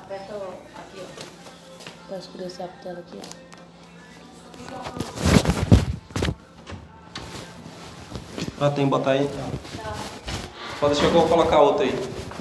Aperta aqui, ó. Pra escurecer a tela aqui, ó. Ah, tem que botar aí? Pode deixar que eu vou colocar outra aí.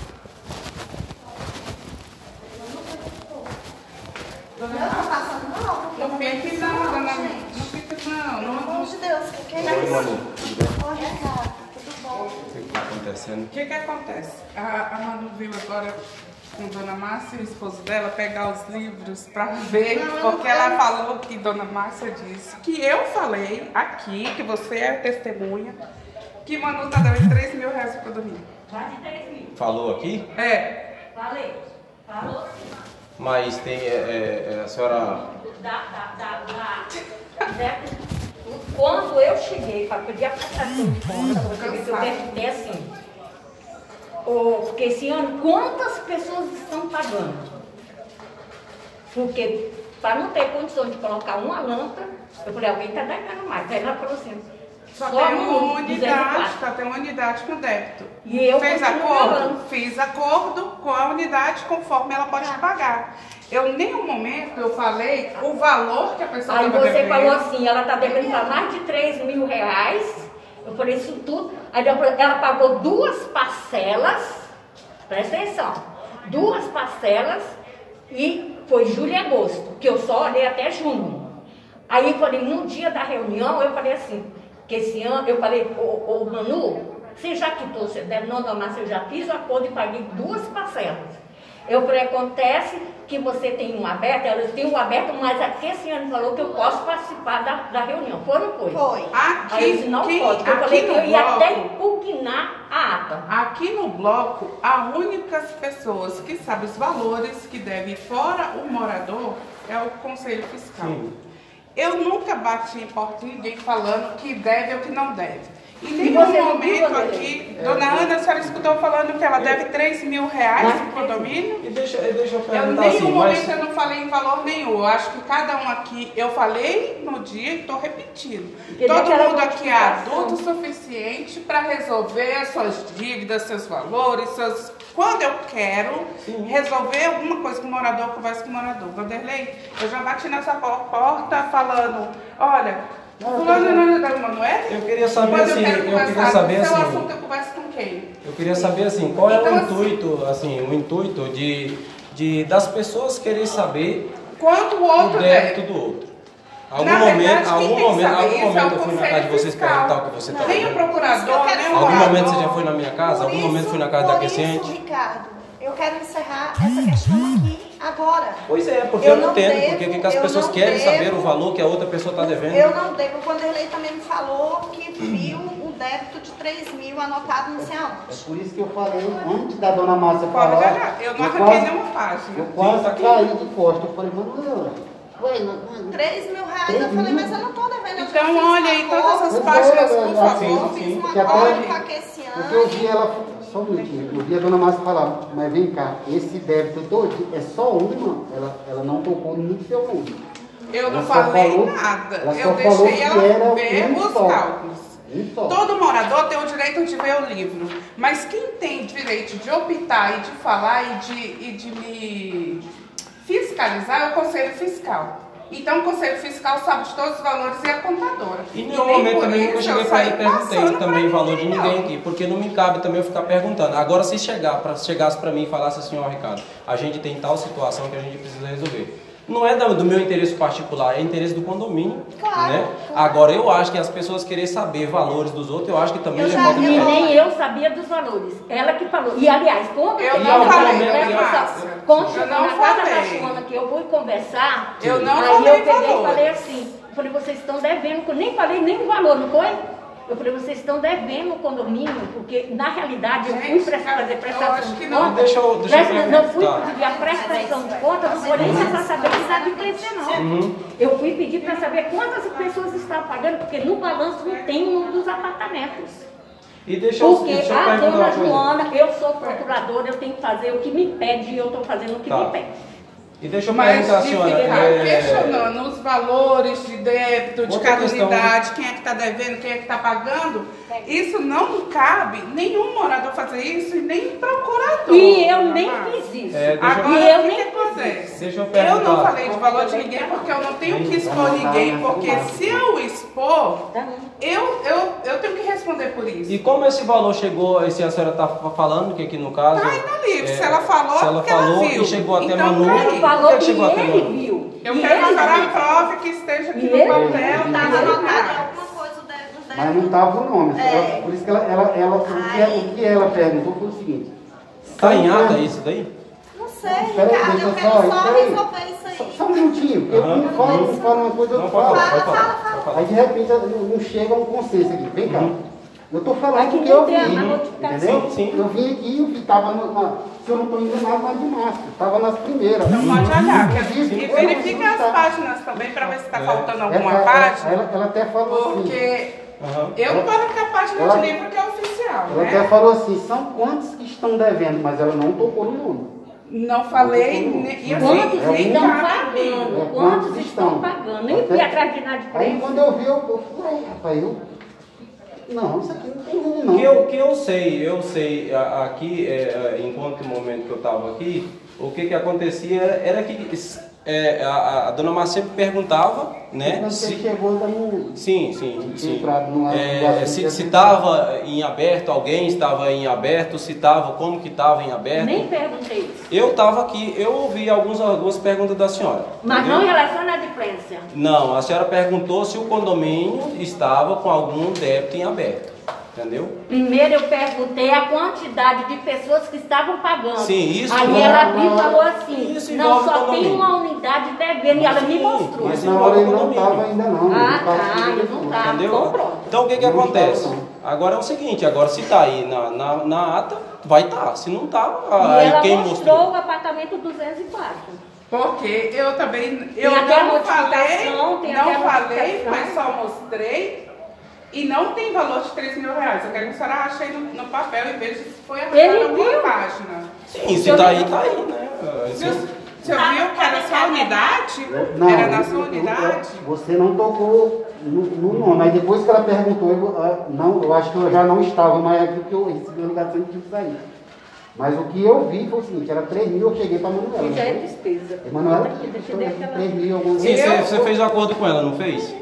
Não fique não, dona. Não fica não. Pelo amor de Deus, o que é Oi, isso? Manu. Oi, Ricardo, tudo bom? O que está acontecendo? O que acontece? A Manu veio agora com Dona Márcia e o esposo dela pegar os livros para ver, porque ela falou que Dona Márcia disse que eu falei aqui, que você é testemunha, que Manu tá dando 3 mil reais para dormir. Mais de 3 mil. Falou aqui? É. Falei. Falou sim. Mas tem. A senhora. Quando eu cheguei para pedir a prestação de contas, eu perguntei assim, porque esse ano, quantas pessoas estão pagando? Porque, para não ter condição de colocar uma lâmpada, eu falei, alguém está devendo mais. Aí ela falou assim, Só tem uma unidade, só tem uma unidade com débito. E eu Fez continuo acordo? pagando. Fiz acordo com a unidade conforme ela pode pagar. Eu, em nenhum momento, eu falei o valor que a pessoa Aí estava você devendo. falou assim, ela está devendo para mais de 3 mil reais. Eu falei isso tudo. Aí depois ela pagou 2 parcelas, presta atenção, 2 parcelas e foi julho e agosto, que eu só olhei até junho. Aí eu falei, no dia da reunião, eu falei assim, que esse ano, eu falei, ô Manu, você já quitou, você deve não, Dona Márcia, eu já fiz o acordo e paguei 2 parcelas. Eu falei, acontece que você tem um aberto, elas têm um aberto, mas aqui esse ano falou que eu posso participar da reunião. Foi ou não foi? Foi. Aqui, Aí eu disse, não pode, porque eu falei que eu ia até impugnar a ata. Aqui no bloco, as únicas pessoas que sabem os valores que devem fora o morador é o Conselho Fiscal. Sim. Eu nunca bati em porta de ninguém falando que deve ou que não deve. Em E nenhum você não viu, momento André? aqui, Dona Ana, a senhora escutou falando que ela deve 3 mil reais Mas- no condomínio? E deixa eu Eu, em perguntar nenhum assim, momento mas. eu não falei em valor nenhum. Eu acho que cada um aqui, eu falei no dia e estou repetindo. Queria Todo aquela mundo aqui é notificação. adulto o suficiente para resolver as suas dívidas, seus valores, seus... Quando eu quero resolver alguma coisa com o morador, eu converso com o morador. Vanderlei, eu já bati nessa porta falando, olha, fulano não é? Eu queria saber Quando assim, eu quero conversar saber com o seu assim. assunto, eu converso com quem? Eu queria saber assim, qual é Então, o intuito, assim, o intuito das pessoas querem saber Quanto o o outro débito deve? do outro. Na verdade, quem tem que saber Algum isso é momento o eu fui na Conselho casa de vocês Fiscal. perguntar o que você está Nem o fazendo. procurador, nem o Algum morador. momento você já foi na minha casa? Algum momento fui na casa da Por isso, Crescente? Ricardo, eu quero encerrar essa questão aqui agora. Pois é, porque eu não entendo porque que as pessoas querem saber o valor que a outra pessoa está devendo. Eu não devo. O Vanderlei também me falou que viu o débito de 3 mil anotado não sei É aonde. por isso que eu falei antes da Dona Márcia Pode falar. olhar, eu não arranquei quase- nenhuma página. Eu quase tá aqui. caí de costa. Eu falei, Manuela, ué, não. 3 mil reais, eu falei, mas eu não estou devendo. Eu já Então, fiz olha aí um todas acordo, essas Pois páginas, é, por sim, favor. eu fiz um Que até- acordo com a Porque eu Kessiane. vi ela, só um minutinho, eu vi a Dona Márcia falar, mas vem cá, esse débito todo é só uma, ela não tocou no seu nome. Eu não Ela só falei falou- nada. ela Eu só falou deixei que ela era ver um os só. cálculos. Um só. Todo morador tem o direito de ver o livro, mas quem tem direito de optar e de falar e de me fiscalizar é o Conselho Fiscal. Então o Conselho Fiscal sabe de todos os valores e a contadora. E em nem nenhum momento por também isso nunca cheguei eu para saí aí e perguntei passando também pra o valor de ninguém, ninguém não. aqui, porque não me cabe também eu ficar perguntando. Agora se chegasse para mim e falasse assim, ó Ricardo, a gente tem tal situação que a gente precisa resolver. Não é do meu interesse particular, é interesse do condomínio, Claro, né? claro. Agora eu acho que as pessoas querem saber valores dos outros, eu acho que também Eu já já falta vi- de E falar. nem eu sabia dos valores. Ela que falou. E, aliás, quando Eu cheguei não na falei, casa- Dona presta atenção, Márcia. quando Eu chegou não na casa da falei. Joana, que eu fui conversar, Eu não aí falei eu peguei e valores. falei assim, eu falei, vocês estão devendo, eu nem falei nem o valor, não foi? Eu falei, vocês estão devendo o condomínio, porque na realidade eu fui Gente, fazer eu prestação acho de que não. contas. Deixa eu Não fui perguntar. pedir a prestação de contas, não vou nem precisar saber que está de crescer, não. Uhum. Eu fui pedir para saber quantas pessoas estavam pagando, porque no balanço não tem o número dos apartamentos. E deixa eu Porque perguntar a uma dona coisa. Joana, eu sou procuradora, eu tenho que fazer o que me pede e eu estou fazendo o que Tá. me pede. E deixa eu Mas perguntar, de senhora. ficar questionando os valores de débito de Outra cada questão. unidade, quem é que está devendo, quem é que está pagando, isso não cabe nenhum morador fazer isso e nem procurador. E eu nem Mas- fiz isso. É, deixa eu- E eu nem fique fui acontece? Deixa eu Eu perguntar. não falei de valor de ninguém porque eu não tenho que expor ninguém, porque se eu expor, eu tenho que responder por isso. E como esse valor chegou, se a senhora está falando que aqui no caso... Tá aí no livro, se ela falou, se ela porque falou ela viu. e chegou até Então, Manu, tá aí. por Falou que que chegou até ele Manu? viu. Eu E quero ele mostrar a viu. prova que esteja aqui E no ele papel. viu. tá Estava no anotado lugar. alguma coisa do débito. Mas não estava o nome. Por isso que o que ela perguntou foi o seguinte. Está em ata isso daí? Não sei, Peraí, Ricardo, deixa eu eu quero só- só peraí. resolver isso aí. Só um minutinho, porque um fala uma coisa, Não, outro pode fala. falar, pode falar. Aí de repente não chega a um consenso aqui. Vem cá. Eu estou falando Aqui o que eu não tem a vi. notificação. Entendeu? Sim. Eu vim aqui, eu estava se eu não estou enganado, nas de março. Estava nas primeiras. Então pode olhar. Inclusive, E eu não verifica as sei se tá- páginas também para ver se está faltando Ela- alguma ela- página. Ela até falou assim. Porque Aham. eu não posso ficar a página Ela- de livro que é oficial, Ela até né? falou assim, são quantos que estão devendo, mas ela não tocou no nome. Não falei, e assim, Quantos nem estão cabe a mim. pagando? Quantos estão pagando? Nem fui atrás de nada de Aí preço. quando eu vi, eu falei, rapaz, não, isso aqui não tem ruim não. O que eu sei aqui, enquanto o momento que eu estava aqui, o que acontecia era que a dona Márcia sempre perguntava, né? Quando você chegou, ainda não... Sim. entrado no Se estava em aberto, alguém estava em aberto, se estava, como que estava em aberto. Nem perguntei isso. Eu estava aqui, eu ouvi algumas perguntas da senhora. Mas entendeu? não em relação à adimplência. Não, a senhora perguntou se o condomínio estava com algum débito em aberto, entendeu? Primeiro eu perguntei a quantidade de pessoas que estavam pagando. Sim, isso Aí envolve- ela viu e falou assim, Isso não, envolve só tem condomínio. uma unidade devendo. E ela me Sim, mostrou. Mas isso na hora ele envolve não condomínio. estava ainda não. Ah, ele tava tá, tudo eu não tudo. tava. Entendeu? Então pronto. Então o que Não acontece? estava, não. Agora é o seguinte, agora se está aí na ata, vai estar. Se não está, E aí ela quem mostrou mostrou? o apartamento 204. Porque eu também, Tem eu até a não falei, notificação, tem até a mas notificação. só mostrei. E não tem valor de 3 mil reais. Eu quero que a senhora ache aí no papel e veja se foi Ele arrancada alguma viu? página. Sim, se está aí, está aí, né? Você viu que era só unidade? Não, Era na sua unidade? Você não tocou no nome. Aí depois que ela perguntou, eu acho que eu já não estava mais aqui, porque eu recebi a ligação de tipo sair. Mas o que eu vi foi o seguinte, era 3 mil, eu cheguei para a Manuela. E já é despesa. Manuela, Deixa eu ver aquela... 3 mil, alguma Sim, coisa. você fez o acordo com ela, não fez?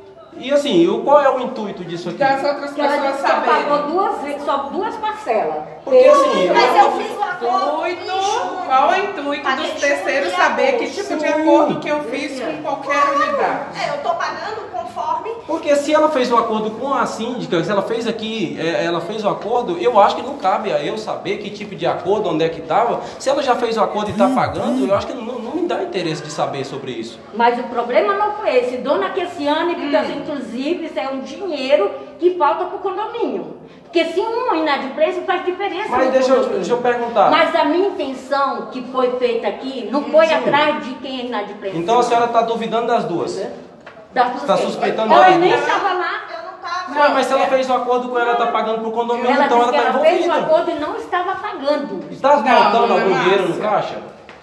E assim, qual é o intuito disso aqui? Das outras Que ela pessoas disse que ela pagou saberem. duas vezes, só duas parcelas. Porque assim, Mas eu fiz um acordo. Qual é o intuito Paguei dos junho terceiros e saber que agosto. tipo de acordo que eu fiz com qualquer unidade? Eu tô pagando conforme. Porque se ela fez o acordo com a síndica, se ela fez aqui, ela fez o acordo, eu acho que não cabe a eu saber que tipo de acordo, onde é que estava. Se ela já fez o acordo e está pagando, eu acho que não me dá interesse de saber sobre isso. Mas o problema não foi esse. Dona Kessiane, porque assim, inclusive isso é um dinheiro que falta para o condomínio. Porque se uma inadimplência faz diferença Mas no deixa condomínio. eu perguntar. Mas a minha intenção que foi feita aqui não foi atrás de quem é inadimplência. Então a senhora está duvidando das duas? Das Está duas. suspeitando Ela das nem duas? estava lá. Eu não tava. Não, mas se ela fez o acordo com ela, está pagando para o condomínio, Ela então disse ela que está ela fez o envolvida. acordo e não estava pagando. Está Não, faltando dona algum dinheiro no Márcia. caixa?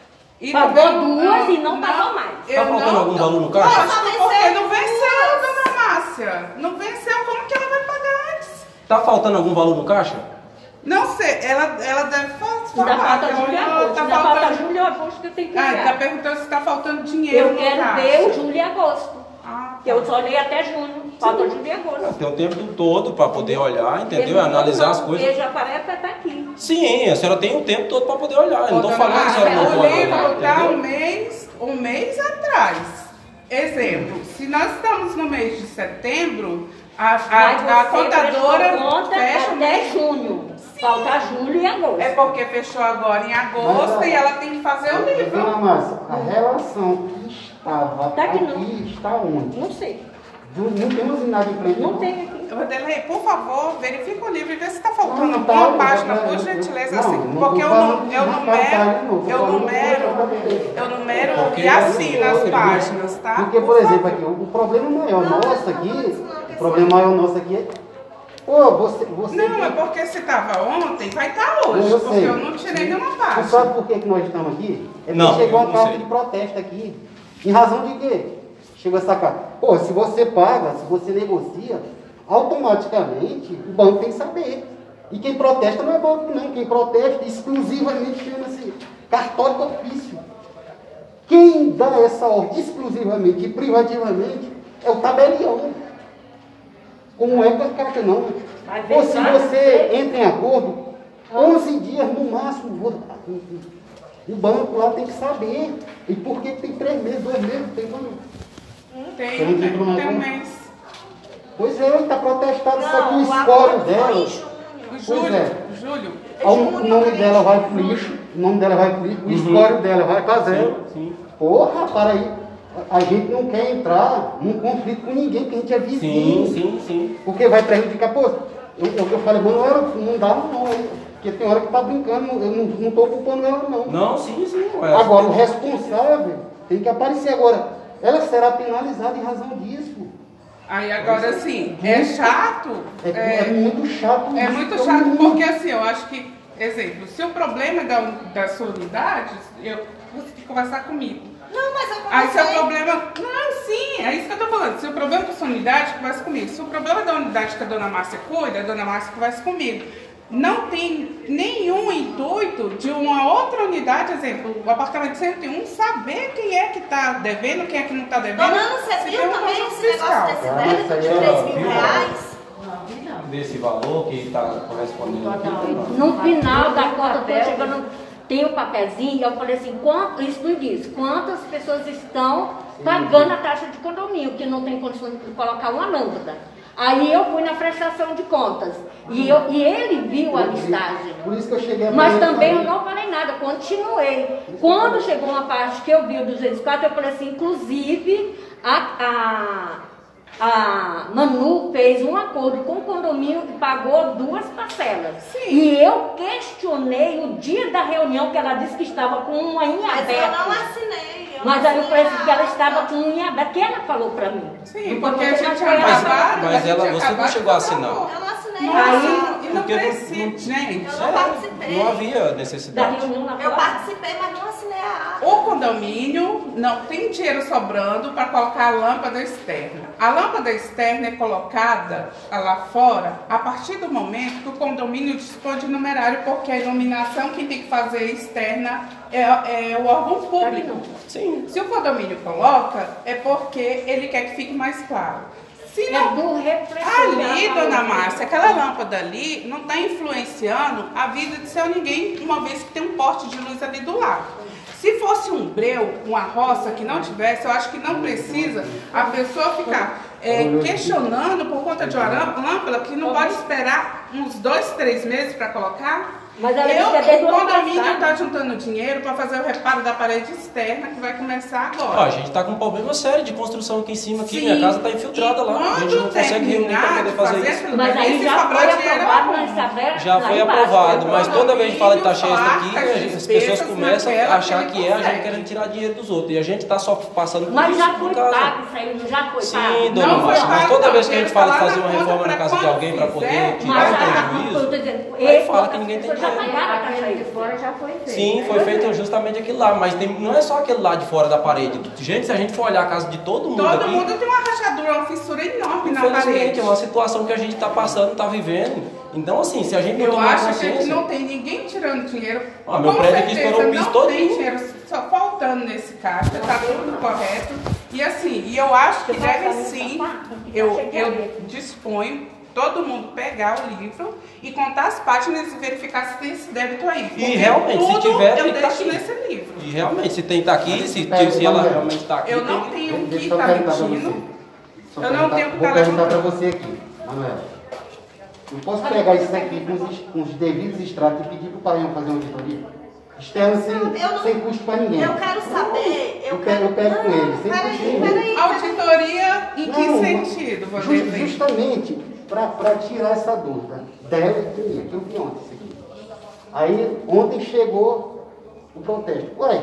E Pagou também- duas e não pagou mais. Está faltando algum valor no caixa? Lógico, porque não venceu, dona Márcia. Não venceu, como que ela vai pagar antes? Está faltando algum valor no caixa? Não sei, ela deve Ainda falar. falta que julho e ela agosto. tá Ainda falta faltando... julho e agosto que eu tenho que Ah, olhar. tá perguntando se está faltando dinheiro Eu no quero caixa. ver o julho e agosto. Ah, Que eu só olhei até junho. Falta julho e agosto. Tem o tempo todo para poder olhar, entendeu? Analisar as coisas. Porque já parece que tá aqui. Sim, a senhora tem o tempo todo para poder olhar. Eu não estou dona falando que a senhora não Márcia, pode o livro olhar, está entendeu? um mês atrás. Exemplo, se nós estamos no mês de setembro, a Mas você contadora prestou conta fecha o até mês. junho. Falta julho e agosto. É porque fechou agora em agosto Mas, e ela tem que fazer o Dona livro. Márcia, a relação que estava Tá aqui aqui está onde? Não sei. Não temos inadimplente. Não tem aqui. Vanderlei, por favor, verifica o livro e vê se está Não, faltando não tá, alguma não, página, não, por não, gentileza, não, assim, não porque tô eu falando de reportagem, não, tô falando eu numero Porque e assino as eu- páginas, tá? Porque, por exemplo, aqui, o problema maior nosso aqui, o problema maior nosso aqui é. Pô, você. Não, é porque se estava ontem, vai estar hoje, Eu porque sei. eu não tirei nenhuma Você página. sabe por que nós estamos aqui? É porque Não, chegou eu uma não carta sei. de protesto aqui. Em razão de quê? Chegou essa carta. Pô, se você paga, se você negocia, automaticamente o banco tem que saber. E quem protesta não é banco, não. Quem protesta exclusivamente chama-se cartório de ofício. Quem dá essa ordem exclusivamente e privativamente é o tabelião. Como é que eu quero que não? Ou se você entra em acordo, 11 dias no máximo, o banco lá tem que saber. E por que tem 3 meses, 2 meses, tem quando? Tem um mês. Pois é, ele está protestado, só que o escório dela. Julho. O nome dela vai pro lixo, o escório dela vai para zero. Sim. Porra, para aí. A gente não quer entrar num conflito com ninguém, porque a gente é vizinho. Sim. Porque vai prejudicar, pô. Eu falei, Manuela, não dá não. Porque tem hora que tá brincando, eu não estou culpando ela não. Não, sim. Agora, o responsável tem que aparecer. Agora, ela será penalizada em razão disso. Aí agora sim, é chato. É muito chato. É muito chato porque assim, eu acho que, exemplo, se o problema da sua unidade, você tem que conversar comigo. Não, mas eu Aí se o problema. Não, sim, é isso que eu tô falando. Se o problema da sua unidade, conversa comigo. Se o problema da unidade que a dona Márcia cuida, a dona Márcia conversa comigo. Não tem nenhum intuito de uma outra unidade, exemplo, o apartamento 101, saber quem é que está devendo, quem é que não está devendo. Dona Ana, você viu também esse negócio desse débito de R$3.000? Desse valor que está correspondendo aqui. No final da conta, estou chegando, tem o papelzinho, eu falei assim, isso não diz, quantas pessoas estão pagando a taxa de condomínio, que não tem condição de colocar uma lâmpada. Aí eu fui na prestação de contas e ele viu a listagem. Por isso que eu cheguei a Mas também eu não falei nada, continuei. Quando chegou uma parte que eu vi o 204, eu falei assim, inclusive a Manu fez um acordo com o condomínio e pagou 2 parcelas. Sim. E eu questionei o dia da reunião que ela disse que estava com uma unha Mas aberta. eu não assinei. Mas aí eu falei assim, que ela estava com unha aberta, que ela falou pra mim. Sim, Não porque foi a você, gente mas foi ela. acabado. Mas você não chegou a assinar. Eu não assinei. E não Porque precisa, gente. Eu não participei. Não havia Da necessidade. reunião na Eu porta. participei, mas não assinei a ata. O condomínio não tem dinheiro sobrando para colocar a lâmpada externa. A lâmpada externa é colocada lá fora a partir do momento que o condomínio dispõe de numerário, porque a iluminação quem tem que fazer externa é o órgão público. Sim. Se o condomínio coloca, é porque ele quer que fique mais claro. Se não, É do refletor. ali, dona Márcia, aquela lâmpada ali não está influenciando a vida de seu ninguém, uma vez que tem um poste de luz ali do lado. Se fosse um breu, uma roça que não tivesse, eu acho que não precisa a pessoa ficar questionando por conta de uma lâmpada que não pode esperar uns 2, 3 meses para colocar. Mas ela disse que é desde O o ano condomínio passado. está juntando dinheiro para fazer o reparo da parede externa que vai começar Ó, agora. a gente tá com um problema sério de construção aqui em cima. Aqui. Sim. Minha casa tá infiltrada lá. A gente não consegue reunir para poder fazer isso. Mas aí já foi aprovado na Assembleia. Já foi aprovado, mas toda vez que fala de taxa extra aqui, as pessoas começam a achar que é a gente querendo tirar dinheiro dos outros. E a gente tá só passando por Mas isso já por foi causa. pago isso aí, não já foi pago. Sim, dona Não foi Márcia, mas pago, toda não. vez que a gente fala de fazer uma Eles reforma na falaram casa de quando alguém para poder fizer, tirar Mas um já, eu prejuízo, tô dizendo, aí fala que ninguém tem já dinheiro. pagaram a taxa de extra. fora já foi feito. Sim, foi feito justamente aquilo lá, mas não é só aquele lá de fora da parede. Gente, se a gente for olhar a casa de todo mundo Todo aqui, mundo tem uma rachadura, uma fissura enorme na infelizmente, parede. é uma situação que a gente está passando, está vivendo. Então, assim, se a gente não Eu tomar acho que aqui consciência... não tem ninguém tirando dinheiro. Ah, meu Com prédio aqui certeza estourou o piso não todinho. tem dinheiro só faltando nesse caixa, tá tudo correto. E assim, e eu acho que deve sim, eu disponho todo mundo pegar o livro e contar as páginas e verificar se tem esse débito aí. Porque realmente, se tudo tiver, tem eu que tá deixo aqui. nesse livro. E realmente, se tem que estar aqui, se ela realmente está aqui... Eu tem não que- tenho o que Deixa eu tá perguntar pra mentindo. você. Eu não tenho o que Vou tá perguntar levantando. para você aqui, Manuela. Eu posso pegar isso aqui com os devidos extratos e pedir para o Paranhão fazer uma auditoria? Externa sem custo para ninguém. Eu quero saber. Eu pego com ele, sem custo nenhum. Peraí. Auditoria em que Não, sentido, Vanderlei? Justamente para tirar essa dúvida dela e de mim, que eu vi ontem isso aqui. Aí, ontem chegou o protesto. Ué,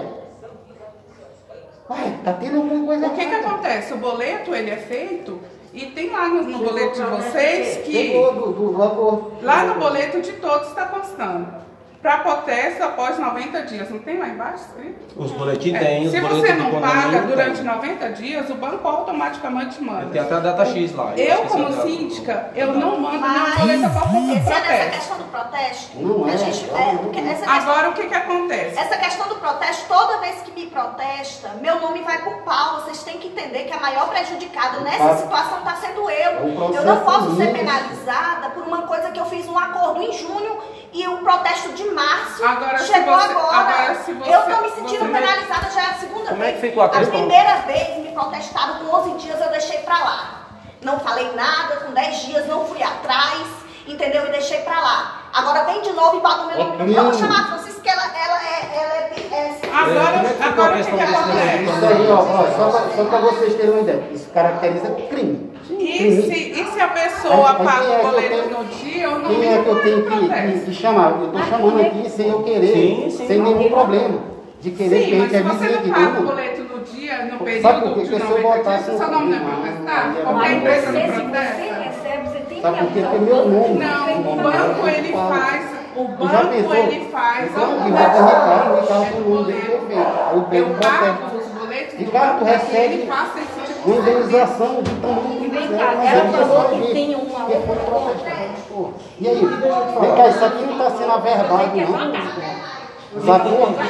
tá tendo alguma coisa O que errada. acontece? O boleto ele é feito e tem lá no boleto de vocês que Chegou do valor. lá no boleto de todos está constando. para protesto após 90 dias. Não tem lá embaixo escrito? Os boletins tem, os Se boletins você do não condomínio paga tem. durante 90 dias, o banco automaticamente manda. Tem até a data X lá. Eu, esqueci como a data. síndica, eu não mando nenhuma Mas, boleta para essa protesto. questão do protesto, Não é. a gente, essa questão, Agora, o que acontece? essa questão do protesto, toda vez que me protesta, meu nome vai pro pau. Vocês têm que entender que a maior prejudicada nessa situação está sendo eu. Eu não posso ser penalizada por uma coisa que eu fiz um acordo em junho e o protesto de março Agora, chegou se agora. você- Eu estou me sentindo penalizada já é a segunda Como é vez. que ficou a questão? primeira vez me protestaram com 11 dias, eu deixei pra lá. Não falei nada, com 10 dias não fui atrás, entendeu? E deixei pra lá. Agora vem de novo e bota o meu nome. Vamos chamar a Francisca, que ela é Agora, como é que ficou agora a o que questão desse acontece? Isso aí, ó, só para vocês terem uma ideia, isso caracteriza crime. E se a pessoa Aí paga quem é o que eu boleto tenho- no dia, eu não Quem é que eu tenho protesto. que chamar? Eu estou chamando aqui sem eu querer, Sim, sem nenhum problema. De querer Sim, que a mas se gente você avise não aqui. paga o Não. boleto no dia, no Sabe por período quê? de Porque se eu 90 botasse dias, um seu nome não é problema, protestar? aí é Qualquer mais empresa não se protesta? você recebe, você tem Sabe que por quê? avisar Porque o meu banco. nome- Não, o banco ele faz, o Já banco pensou? ele faz Então, a e vai ter Ricardo, o é nome dele perfeito. Aí o Eu banco pago protege. os boletos do Ricardo, banco tu para que recebe ele faça esse tipo de uma serviço. indenização de tamanho E vem que cá, quiser, ela mas falou só que ver tem uma quem foi outra protestar, pô. E aí, vem cá, isso aqui não está sendo averbado, não. Sabe por quê?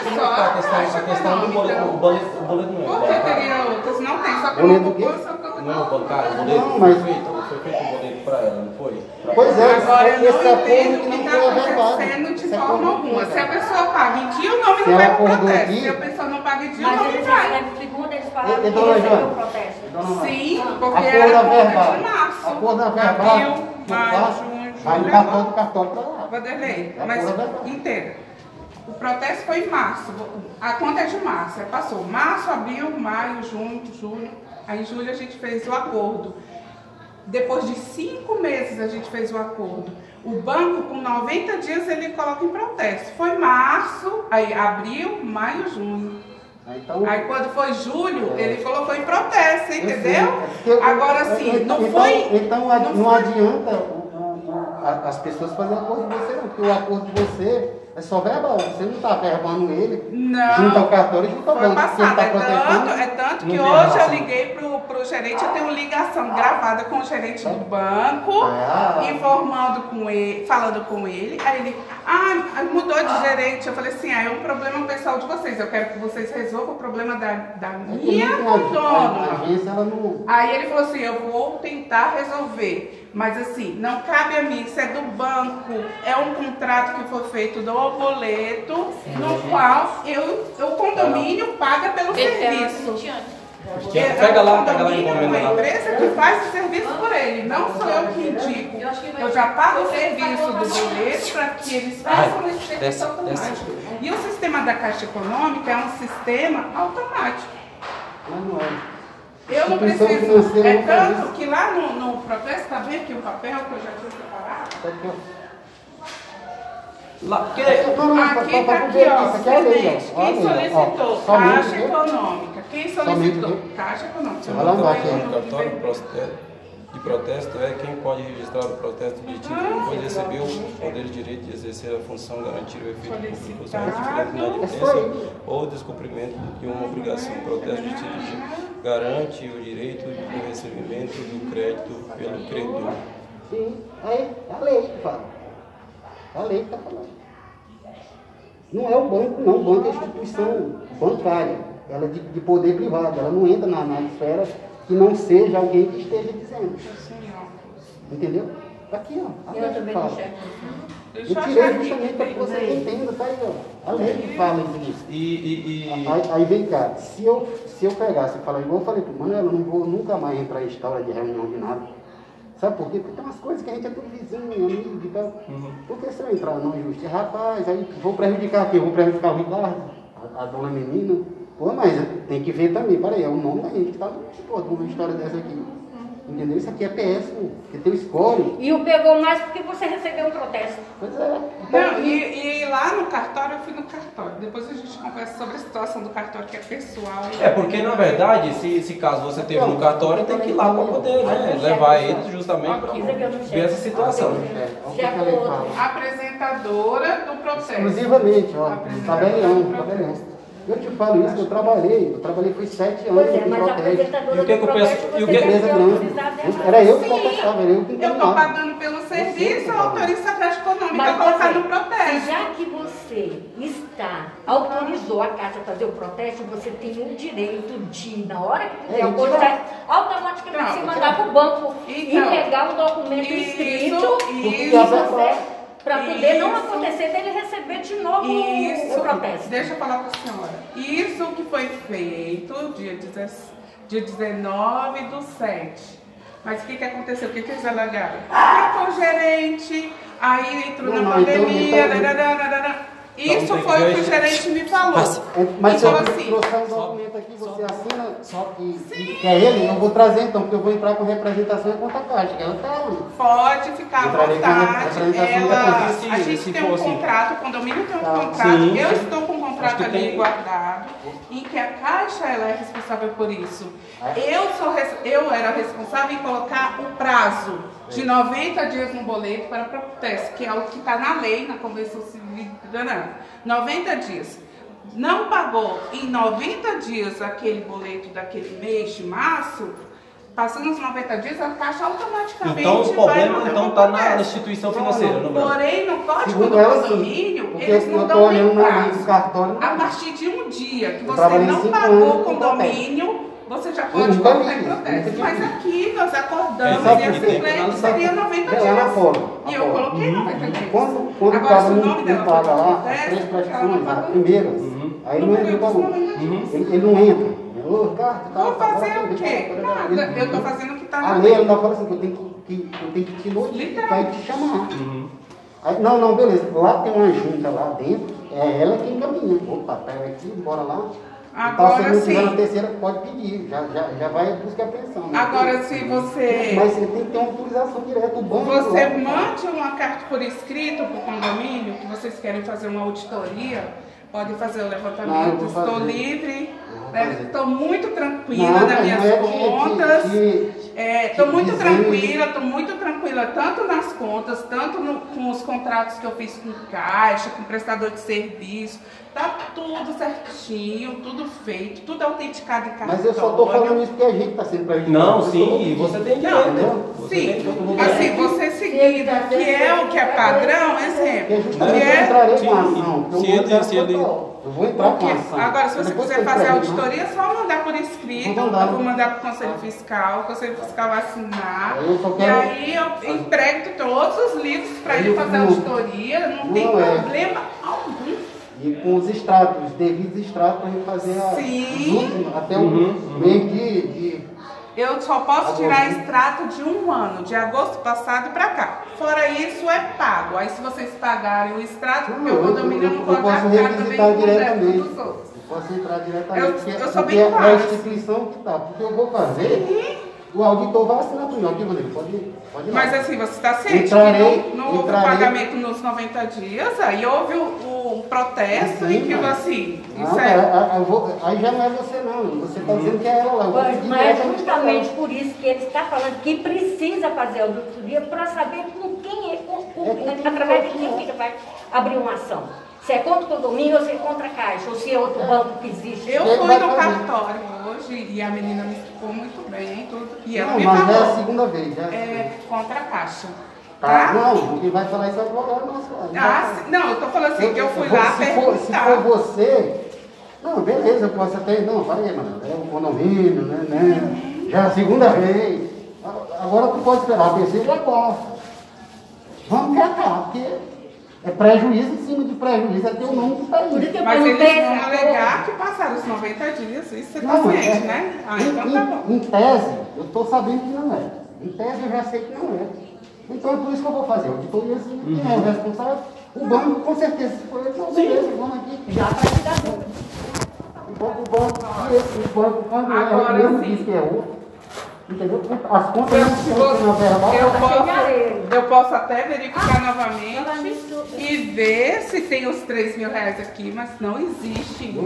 A questão do boleto, o boleto não é. Por que teria outras? Não tem, só que eu Boleto não do quê? propus, só que eu Não, cara, o Não, boleto mas- foi feito um boleto pra ela, não foi? Pois é, Agora eu esse não acordo entendo o que que não está foi averbado. acontecendo de Esse forma acordo alguma. não Se a foi pessoa paga em dia, o nome Se não vai ela pro acordou protesto. aqui- Se a pessoa não paga em dia, o Mas nome eles vai. recebem, segundo eles falaram, E, que dona recebeu Joana? o protesto. Sim, porque Acordo era averbado. de março. Acordo averbado. Abril, Não maio, faz. junho, Aí o julho. cartão pra lá. Vanderlei, É mas acordo averbado. entenda. O protesto foi em março. A conta é de março. Aí passou março, abril, maio, junho, julho. Aí em julho a gente fez o acordo. Depois de 5 meses a gente fez o acordo. O banco, com 90 dias, ele coloca em protesto. Foi março, aí abril, maio, junho. Então, Aí quando foi julho, ele colocou em protesto, eu entendeu? sei. Agora sim, não então, foi. Então não foi- adianta as pessoas fazerem acordo com você, não, porque o acordo de você é só verbal. Você não está verbando ele. Não. Junto ao cartório e junto ao Foi banco. Porque ele passado, está protestando. é tanto Não que tem hoje eu relação. liguei pro gerente, eu tenho ligação gravada com o gerente do banco, Ah. informando com ele, falando com ele. Aí ele, mudou de gerente. Eu falei assim, é um problema pessoal de vocês. Eu quero que vocês resolvam o problema da minha A autônoma. agência, ela não... Aí ele falou assim, eu vou tentar resolver. Mas assim, não cabe a mim, isso é do banco, é um contrato que foi feito do boleto, no qual o condomínio paga pelo serviço. Pega lá e condomínio, encomenda uma lá. empresa que faz o serviço por ele, não sou eu que indico. Eu já pago o serviço do boleto para que eles façam esse serviço desce. automático. E o sistema da Caixa Econômica é um sistema automático. Não é. Eu não Instituição preciso. financeira É não faz tanto isso. que lá no protesto, tá vendo aqui o papel que eu já tinha separado? Tá aqui, ó. Lá, porque Aqui tá aqui, ó, Isso aqui é a lei, semente. ó. Olha Quem a lei, ó. solicitou? Somente, Caixa viu? Econômica. Quem Somente, solicitou? viu? Caixa Econômica. Vai lá embaixo, Não, ó. não, cartório não. de protesto é quem pode registrar o protesto de título, pois recebeu o poder e direito de exercer a função, garantir o efeito público, somente diferente na advertência ou descumprimento de uma obrigação. O protesto de título garante o direito do recebimento do crédito pelo credor. Sim, aí é a lei que fala. É a lei que está falando. Não é o banco, não. O banco é instituição bancária. Ela é de poder privado. Ela não entra na esfera que não seja alguém que esteja dizendo. Entendeu? Tá aqui, ó. A lei Eu que também fala. não enxergo. Deixa Eu eu tirei achar justamente para que aqui. você entenda, tá aí, ó. A lei que fala isso. E Aí vem cá, se eu pegasse e falar igual eu falei pro Manuel, eu não vou nunca mais entrar em história de reunião de nada. Sabe por quê? Porque tem umas coisas que a gente é tudo vizinho, amigo e tal. Porque se eu entrar não justo, rapaz, aí vou prejudicar quem? Vou prejudicar o Ricardo, a dona menina. Pô, mas tem que ver também, peraí, é o nome da gente que tá no pô, de uma história dessa aqui. Entendeu? Isso aqui é péssimo, porque tem o score. E o pegou mais porque você recebeu um protesto. Pois é. Não, e lá no cartório, eu fui no cartório. Depois a gente conversa sobre a situação do cartório, que é pessoal. É, porque na verdade, se caso você teve no cartório, tem que ir lá para poder, né, levar eles justamente para ver essa situação. O que ela fala? Apresentadora do processo. Exclusivamente, ó, tabelião. Eu te falo isso, que eu trabalhei foi 7 anos Pois é, no mas a protesto. apresentadora E o que do que eu penso- protesto, e o você que- deve Empresa ter grande. autorizado ela. Era eu que Sim. protestava, era eu que Eu estou encaminhava. pagando pelo serviço, eu autorizo a Caixa Econômica Mas a colocar você, no protesto. já que você autorizou a Caixa a fazer o protesto, você tem o direito de, na hora que quiser autorizar, automaticamente se mandar para o banco e Então, pegar um documento escrito isso. para poder não Isso. acontecer dele receber de novo Isso, o protesto. deixa eu falar para a senhora. Isso que foi feito dia 19/7. Mas o que aconteceu? O que eles alegaram? Trocou o gerente, aí entrou na pandemia. Isso Então, foi o que o gerente me falou. Mas se eu Então, assim, trouxer um documento aqui, você assina, só que é ele, eu vou trazer então, porque eu vou entrar com representação e conta caixa, que ela tá ali. pode ficar à Entrarei com a vontade. representação da A conta, gente se tem for um assim. contrato, o condomínio tem um Tá. contrato. Sim. Eu estou com um contrato Acho que ali tem. guardado, em que a Caixa ela é responsável por isso. Eu era responsável em colocar o prazo de 90 dias no boleto para protesto, que é o que está na lei, na Convenção Civil. 90 dias. Não pagou em 90 dias aquele boleto daquele mês de março, passando os 90 dias, a Caixa automaticamente Então o problema vai então está na instituição financeira, não é? Porém, no código Segundo do ela, sim. condomínio, Porque eles eu não tô dão nem olhando na lei prazo. do cartório. A partir de um dia que você trabalhei não 5 pagou anos o com condomínio, você já Eu pode nunca colocar vi em isso, protesto. nunca Mas vi. aqui nós acordamos Sabe e por esse quê? pleito seria 90 É lá na dias. fora. E eu coloquei 90 dias. Quando Agora, se estava o nome no dela paga for lá, as protesto, 3 ela prestações, não as pagou. primeiras, aí não entra o valor. Ele não entra. Ô, Ricardo, Vou fazer o quê? Nada. Eu estou fazendo o que está na A lei ainda fala assim, que eu tenho que te notificar e te chamar. Aí, não, beleza. Lá tem uma junta lá dentro, é ela que encaminha. Opa, pega aqui, bora lá. Agora Se não tiver sim. na terceira, pode pedir. Já vai buscar a pensão. Né? Agora, se você... Mas você tem que ter uma autorização direta do banco. Você lá. mande uma carta por escrito para o condomínio que vocês querem fazer uma auditoria, pode fazer o Não, eu levantamento. vou Estou fazer. livre, Eu vou né? fazer. Estou muito tranquila Não, nas mas minhas não é contas. Estou muito dizer- tranquila, tanto nas contas, tanto com os contratos que eu fiz com caixa, com prestador de serviço. Tá tudo certinho, tudo feito, tudo autenticado em cartório. Mas eu só estou falando isso porque a gente está sendo prejudicado. Não, Eu tô sim, pedindo. você tem Não, direito. Você tem sim, direito. assim, você seguindo, que é o que é padrão, Porque exemplo, justamente que eu é... entrarei com a Sim, ação. porque eu se vou ele- entrar se ele- com eu vou entrar com Porque, a ação. agora, se você Depois quiser que eu fazer a prejudicar, auditoria, é só mandar por escrito. Vou mandar. Eu vou mandar para o Conselho Fiscal, o Conselho Fiscal vai assinar. Eu só E quero- aí eu emprego todos os livros para ele fazer a auditoria, não tem Não é. problema algum. E com os extratos, os devidos extratos para a gente fazer Sim. os últimos, até o meio de... Eu só posso Agora, tirar sim. extrato de um ano, de agosto passado para cá. Fora isso, é pago. Aí se vocês pagarem o extrato, porque o condomínio não pode posso arcar também requisitar com o débito diretamente. dos outros. Eu posso entrar diretamente. Eu sou porque bem é a clara. instituição que está. Porque eu vou fazer, o auditor vai assinar para mim. Pode ir lá. Mas assim, você está ciente Entrarei- que não houve o entrarei- pagamento nos 90 dias, aí houve o protesto Sim, e que mas- assim, Não, isso é... aí já não é você não. Você está dizendo que é ela lá. Eu vou Mas pedir mas é diretamente justamente pra por isso que ele está falando que precisa fazer a auditoria para saber com quem através de quem que ele vai abrir uma ação. Se é contra o condomínio, ou se é contra a Caixa, ou se é outro banco que existe. Eu Ele fui vai no fazer. cartório hoje e a menina me explicou muito bem tudo. E ela Não, me mas já é a falou, segunda vez. Já é a é contra a Caixa. Tá? Tá? Não, quem vai falar isso é o advogado nosso. Não, eu tô falando assim, que eu fui lá se perguntar. for você, não, beleza, eu posso até. Não, para aí, mano. É um condomínio, né? Já é a segunda vez. Agora tu pode esperar, a terceira já gosta. Vamos catar, porque é prejuízo em cima de prejuízo, é teu nome que está Por isso aí. que eu Mas perguntei eles vão essa alegar que passaram os 90 dias, isso você tá Não, ciente, né? Ah, então tá bom. em tese, eu estou sabendo que não é. Em tese, eu já sei que não é. Então é por isso que eu vou fazer. Auditoria, assim, quem é o responsável? O banco, com certeza. Se for ele, não, beleza, vamos aqui. já para te dar dúvida. O banco, e esse banco, quando Agora ele mesmo sim. diz que é outro, Entendeu? As contas não estão na verbal. Eu posso até verificar novamente e ver se tem os 3 mil reais aqui, mas não existe.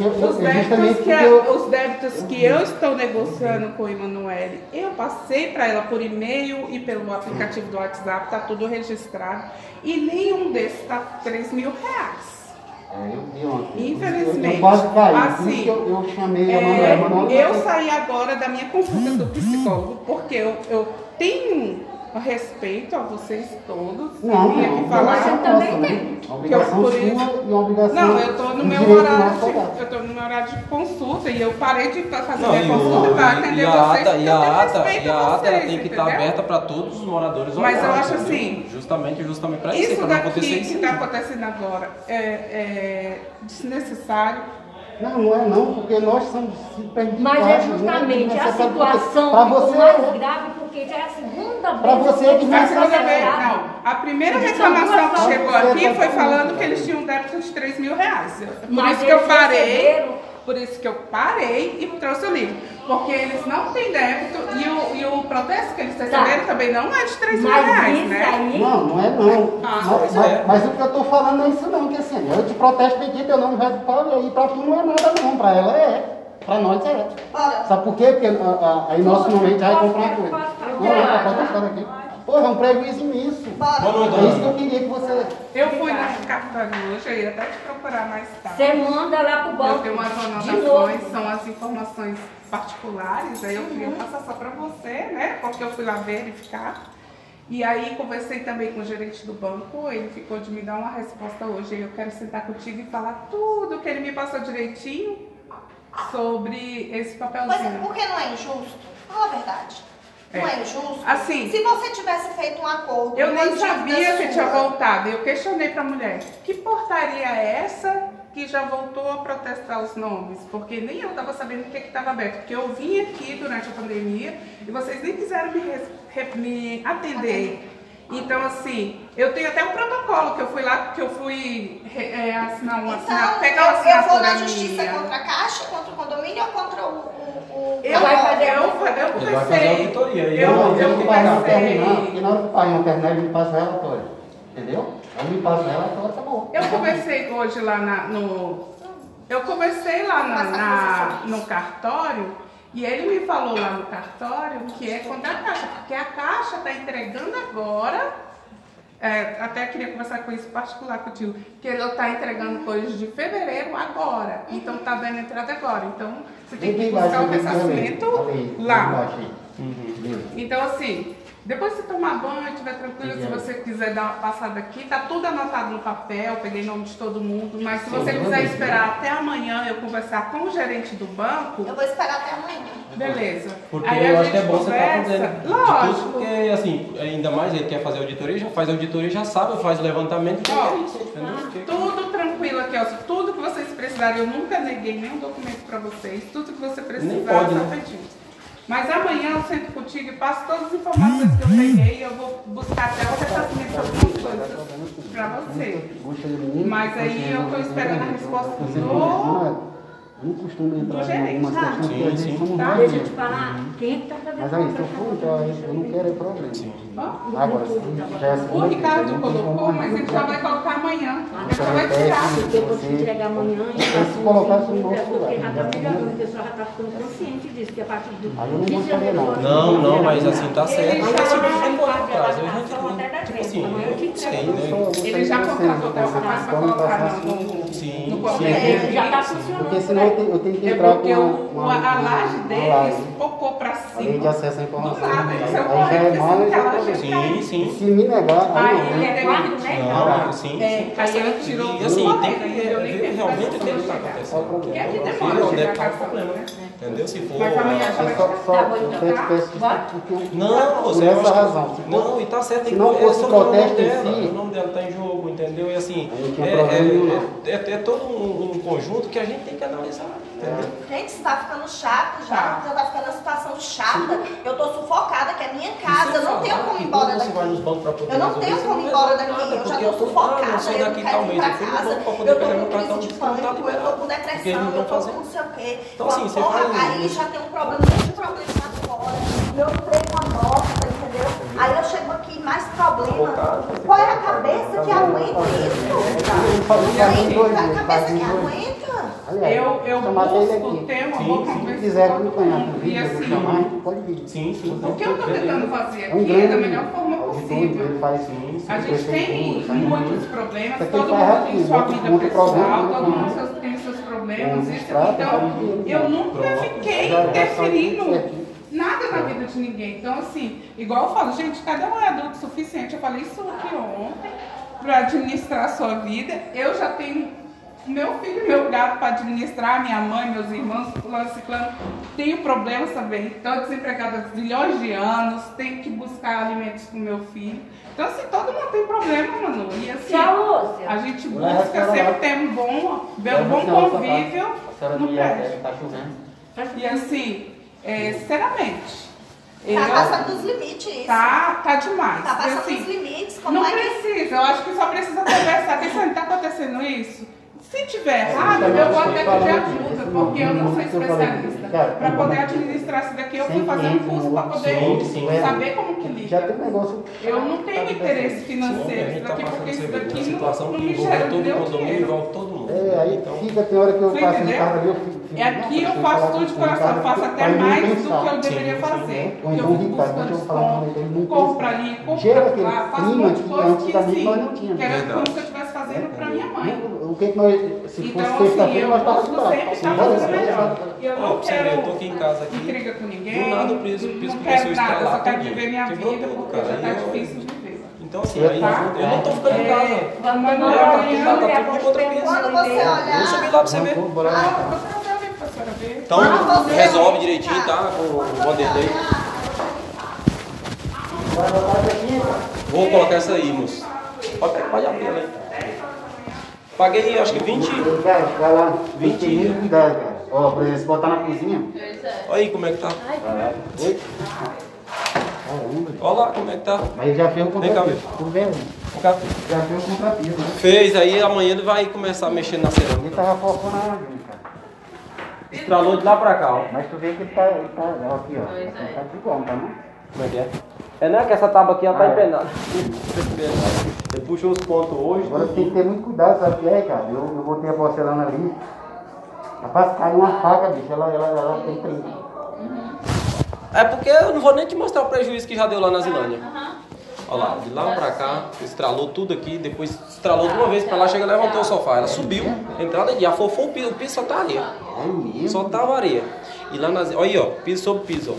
Os débitos que eu estou negociando com o Emanuele, eu passei para ela por e-mail e pelo aplicativo do WhatsApp, está tudo registrado. E nenhum desses está 3 mil reais. Infelizmente. Eu quase caí, assim, eu chamei a Manuela. Eu saí agora da minha consulta do psicólogo, porque eu tenho respeito a vocês todos. Não, você também tem. A obrigação sua e uma obrigação. Não, eu estou no meu horário de consulta e eu parei de fazer minha consulta para atender vocês. E a ata tem que estar aberta para todos os moradores. Mas eu acho assim, justamente para isso, isso daqui que está acontecendo agora é desnecessário. Não é não, porque nós somos prejudicados. Mas é justamente a situação ficou mais grave porque já é a segunda vez. Para você que A segunda vez, não. A primeira reclamação que chegou aqui foi falando que eles tinham um débito de 3 mil reais. Por isso que eu parei. Por isso que eu parei e trouxe o livro. Porque eles não têm débito e o protesto que eles receberam também não é de 3 mil reais, né? Aí... Não é não. Mas o que eu estou falando é isso não, que assim, eu te protesto aqui, teu nome vai pro Paulo, e para tu não é nada não, para ela é. Para nós é. Sabe por quê? Porque aí nosso momento já vai comprar uma coisa. Não, tá protestando aqui. Porra, é um prejuízo imenso. É isso que eu queria que você... Eu fui na cartório hoje, eu ia até te procurar mais tarde. Você manda lá pro banco. Eu tenho umas anotações, são as informações particulares, aí eu queria passar só para você, né? Porque eu fui lá verificar. E aí conversei também com o gerente do banco, ele ficou de me dar uma resposta hoje. Eu quero sentar contigo e falar tudo que ele me passou direitinho sobre esse papelzinho. Mas por que não é injusto? Fala a verdade. Não é injusto? Assim, se você tivesse feito um acordo... Eu nem sabia que tinha voltado. Eu questionei para a mulher, que portaria é essa que já voltou a protestar os nomes? Porque nem eu estava sabendo o que estava aberto. Porque eu vim aqui durante a pandemia e vocês nem quiseram me atender. Então, assim, eu tenho até um protocolo que eu fui lá, que eu fui assinar uma pegar uma assinatura. Eu vou na justiça contra a Caixa, contra o condomínio ou contra o... Eu conversei. Eu conversei. Porque na hora que o pai não terminar, ele me passa o relatório. Entendeu? Aí me passa o relatório, tá bom. Eu conversei hoje lá no cartório. E ele me falou lá no cartório que é contra a Caixa, porque a Caixa está entregando agora, até queria conversar com isso particular contigo, que ele está entregando coisas de fevereiro agora, então está dando entrada agora, então você tem que buscar o ressarcimento lá. Então assim, depois que você tomar banho, estiver tranquilo, se você quiser dar uma passada aqui, tá tudo anotado no papel, peguei nome de todo mundo, mas se você quiser esperar até amanhã eu conversar com o gerente do banco... Eu vou esperar até amanhã. Beleza. Porque aí eu acho que é bom você estar por dentro de tudo, porque assim, ainda mais ele quer fazer auditoria, já faz auditoria, já sabe, faz o levantamento, é isso, entendeu? Tudo tranquilo aqui, ó, tudo que vocês precisarem, eu nunca neguei nenhum documento para vocês, tudo que você precisar, tá pedindo. Mas amanhã eu sento contigo e passo todas as informações que eu peguei e eu vou buscar até o ressarcimento de algumas coisas para você. Mas aí eu estou esperando a resposta do não costumo entrar em algumas questões que a gente somos tá? Deixa eu te falar, quem está fazendo? Mas aí, se eu for entrar, eu não quero problema. Agora, se já é o Ricardo colocou, mas ele já vai colocar amanhã. Ele já vai tirar. Porque eu vou te entregar amanhã e se colocar isso no nosso lugar. porque já está melhorando, o pessoal já está ficando consciente disso, que a partir do... Aí eu não gostaria não. Não, mas assim, tá certo. Mas Mas assim, eu não vou foi atrás. Eu até já tipo assim, amanhã eu te eu sei, entrego. né? Ele já contratou, tá capaz para colocar no papel. Já está funcionando. Porque senão eu tenho que entrar porque a laje deles focou para cima. A lei de acesso à informação. Do nada, ele saiu Aí já é mal, correndo, já aquela é laje Sim. Se me negar, Aí aí ele não. teve que Não, sim. Aí ele tirou E assim, tudo, tem que entendeu? Nem ver realmente o que pensou está chegar. acontecendo. Que é que Ver demora onde é chegar que a está o caçamba, problema. né? Entendeu? Se for. Mas amanhã já vai Eu só chegar. peço desculpa porque Não, você por essa acha que- razão. Não, e tá certo. Se não fosse o protesto em dela, si- o nome dela tá em jogo, entendeu? E assim, Aí não tinha problema nenhum, é todo um conjunto que a gente tem que analisar, entendeu? Gente, isso tá ficando chato já. Já tá ficando uma situação chata. Eu tô sufocada, que é minha casa. Eu não tenho como ir embora Você vai nos daqui. bancos pra poder Eu não resolver, tenho você como ir não embora resolve daqui. nada, Eu já porque tô eu tô sufocada. eu sou Eu não daqui quero tal ir mês, pra eu fui no casa. banco pra poder Eu tô pegar com meu cartão, crise de disse que não tá pânico. Eu tô liberado. com Porque eles depressão. não Eu estão tô com fazendo. não sei o quê. Então, assim, você Porra, vai- aí já tem um problema lá fora. eu entrei com a moto, entendeu? Aí eu chego aqui, mais problema. Qual é a cabeça que aguenta isso? Qual é a cabeça que aguenta? Eu busco ter uma boa conversa. Se quiser acompanhar com o E vídeo, assim, chamar, pode vir. Sim. o que eu estou tentando fazer É um aqui grande da melhor forma possível. Ele faz A gente tem muitos problemas, Isso aqui todo faz mundo tem rapidinho, sua muito vida pessoal, problema, todo mundo tem seus problemas, isso aqui. Então, eu nunca fiquei interferindo nada na vida de ninguém. Então, assim, igual eu falo, gente, cada um é adulto suficiente. Eu falei isso aqui ontem, para administrar a sua vida. Eu já tenho meu filho e meu gato para administrar, minha mãe, meus irmãos, fulano, ciclano. Tenho problemas também. Estou desempregada há zilhões de anos, tenho que buscar alimentos para o meu filho. Então, assim, todo mundo tem problema, Manu. E assim, a gente busca sempre ter um bom convívio no prédio. Tá chovendo. E assim, sinceramente, Tá passando dos limites isso. tá demais. Tá passando assim, dos limites, como não é que... precisa, eu acho que só precisa conversar. Pensando, tá acontecendo isso? Se tiver errado, eu vou até pedir ajuda, porque eu não sou especialista. Para poder administrar isso daqui, eu fui fazer um curso para poder saber como que lida. Já tem um negócio. Eu não tenho interesse financeiro A gente isso tá daqui, porque passando isso cerveja. daqui Uma situação não que me envolve gera todo o condomínio, dinheiro. envolve todo mundo. Aí Então, fica, tem hora que eu Você passo em entendeu? casa ali, eu fico. Aqui eu faço tudo de coração, faço até mais do que eu deveria fazer. Ou Eu então fico irritado, deixa eu buscando falar com ele, ele não desconto, compro ali, compro Gera lá, aquele faço um clima monte de que coisa que antigamente assim, nós não tínhamos. que era Verdade. como se eu estivesse fazendo pra minha mãe. O que nós, se Então, fosse assim, sexta-feira, eu nós busco estávamos lá. sempre estar fazendo melhor. E eu Ó, não pra você ver, eu tô aqui quero em casa aqui. intriga com ninguém, Do nada o piso não começou a quero nada, eu estralar só quero tudinho. viver minha Quebrou vida, tudo, porque cara. já tá E eu- difícil de viver. Então assim, aí Tá? eu não tô ficando em casa. Mas não, Tá amanhã, tudo contra piso. Quando você olhar... Eu subi lá pra você ver. Bora lá. eu vou trazer alguém pra senhora ver. Então, resolve direitinho, tá? Com o Vanderlei. Vou colocar essa aí, moço. Pode abrir ela aí. Paguei, acho que 20. Cara, vai lá. 20. Tem muito cuidado, cara. Ó, por exemplo, se botar na cozinha. Olha aí como é que tá. Oi? Caramba. Olha lá como é que tá. Mas ele já fez o Vem cá, contrapiso. Tudo bem? Vem cá. Já fez o contrapiso, né? Fez, aí amanhã ele vai começar a mexer na Ele cerâmica. tava fofando a árvore, cara. Estralou de lá pra cá, ó. Mas tu vê que ele tá ó, aqui, ó. Ele tá de bom, tá não? Como é que é? É, não é que essa tábua aqui ela tá Ah, é. empenada. Ele puxou os pontos hoje. Agora tem que ter muito cuidado, sabe o que é, cara? Eu botei a porcelana ali. Rapaz, caiu uma faca, bicho. Ela tem trinco. É porque eu não vou nem te mostrar o prejuízo que já deu lá na Zilândia. Olha lá, de lá pra cá, estralou tudo aqui, depois estralou de uma vez pra lá, chega e levantou o sofá. Ela subiu, entrada de afofou o piso só tá areia. É mesmo? Só tava areia. E lá na olha aí, ó, piso sobre piso,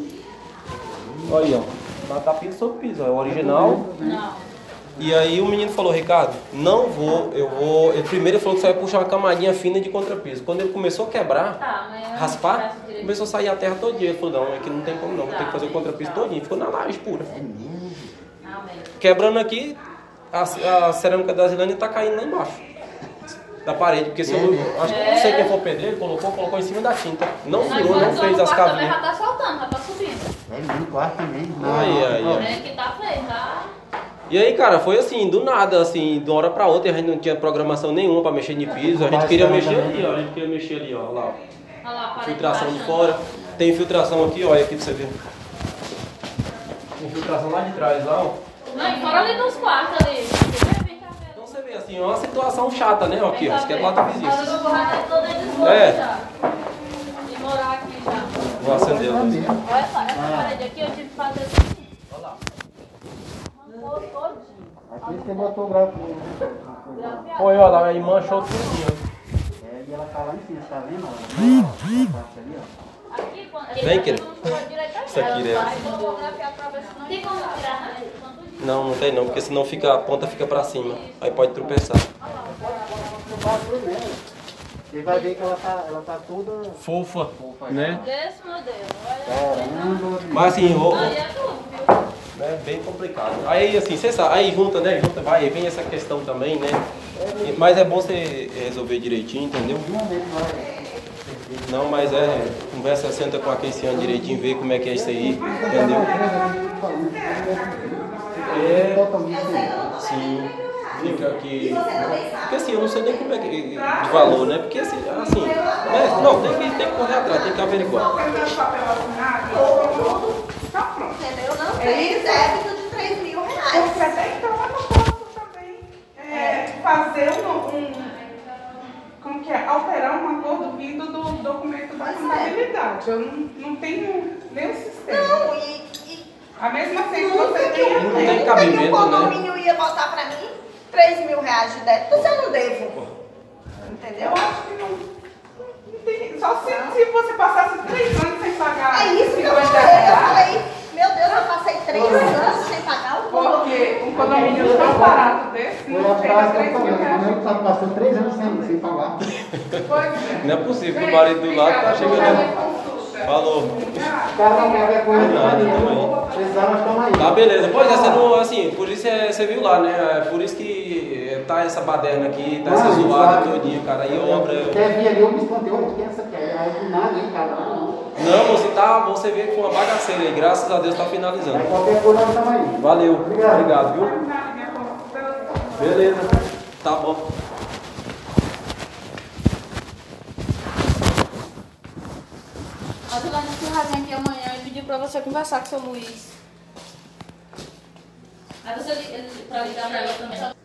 ó. Olha aí, ó. Lá tá piso sobre piso, ó. É o original. Não. E aí o menino falou, Ricardo, não vou, eu vou. Ele primeiro falou que só ia puxar uma camadinha fina de contrapiso. Quando ele começou a quebrar, Tá, mas eu não raspar, faço direito. começou a sair a terra todinha. Ele falou, não, aqui não tem como não, vou ter que fazer o contrapiso todinho. Ficou na laje pura. É mesmo? Amém. Quebrando aqui, a cerâmica da Zilândia tá caindo lá embaixo. Da parede, porque se eu acho que não sei quem for o pedreiro, colocou em cima da tinta. Não Nós furou, não quando fez no as quarto também cavinhas. já tá soltando, já tá subindo. É mesmo, quarto também. Aí, ó. É que tá feio, tá? E aí, cara, foi assim, do nada, assim, de uma hora pra outra, a gente não tinha programação nenhuma pra mexer de piso, a gente queria mexer ali, ó, a gente queria mexer ali, ó, lá, ó. Olha lá, a parede Filtração de baixando. fora, tem infiltração aqui, olha aqui pra você ver. Infiltração lá de trás, lá, ó. Não, e fora ali nos quartos ali. Vem cá ver. Então você vê assim, é uma situação chata, né, ó, aqui, ó, isso aqui é lata Agora visível. eu vou ratar todo ele esgoto É. já. E morar aqui já. Vou acender ela. Olha só, essa parede aqui eu tive que fazer assim. Olha lá. Mancou todinho. Aqui você botou o gráfico. Foi, ó, lá, aí manchou tudinho. É, e ela tá lá em cima, tá vendo? Ó, parte ali, ó. Aqui, quando... Vem, querido. Isso aqui, né? Tem como tirar, né? Não, não tem não, porque senão fica, a ponta fica pra cima, aí pode tropeçar. Você vai ver que ela tá toda Fofa, fofa, né? Desse modelo. Olha. Caramba, Mas assim, Aí é tudo, viu? né, bem complicado. Aí assim, você sabe, aí junta, né? Junta, vai, vem essa questão também, né? Mas é bom você resolver direitinho, entendeu? uma vez vai. Não, mas conversa, senta com a Keiciane direitinho, vê como é que é isso aí, entendeu? É, Totalmente. sim, fica aqui. Porque assim, eu não sei nem como é que de valor, né? Porque assim, né? Não, tem que correr atrás, tem que averiguar. Quer ver o papel assinado? Tá pronto. Entendeu? Não tem débito de 3 mil reais. Porque até então eu não posso também fazer como que é? Alterar um acordo vindo do documento da contabilidade. Eu não tenho nenhum sistema. Não, A mesma coisa que nunca você que tem. Não tem nunca que cabimento, o condomínio ia botar pra mim 3 mil reais de débito, se eu não devo. Entendeu? Eu acho que não tem. Só se você passasse 3 anos sem pagar. É isso que eu 50 falei. Eu reais. falei, meu Deus, eu passei 3 anos sem pagar o condomínio. Porque um condomínio tão barato desse Foi não a chega a frase que 3 eu mil falei. reais. Meu pai passou 3 anos sem pagar. Pois é. Não é possível que o marido do lado tá chegando. Falou. Cada qualquer coisa. Nada, tamo aí. Precisar, nós estamos aí. Tá, beleza. Pois é, você não, assim, por isso você viu lá, né? É por isso que tá essa baderna aqui, tá essa Não, zoada sabe. todinha, cara. E obra. Quer vir ali, eu me espantei, olha, quem é essa aqui? Aí do nada, hein, cara? Não, você vê que foi uma bagaceira aí. Graças a Deus tá finalizando. Aí qualquer coisa, nós estamos aí. Valeu. Obrigado. Viu? Beleza. Tá bom. A Vilane disse que vai vir aqui amanhã e pediu pra você conversar com o seu Luiz. Aí você pra ligar pra ela também.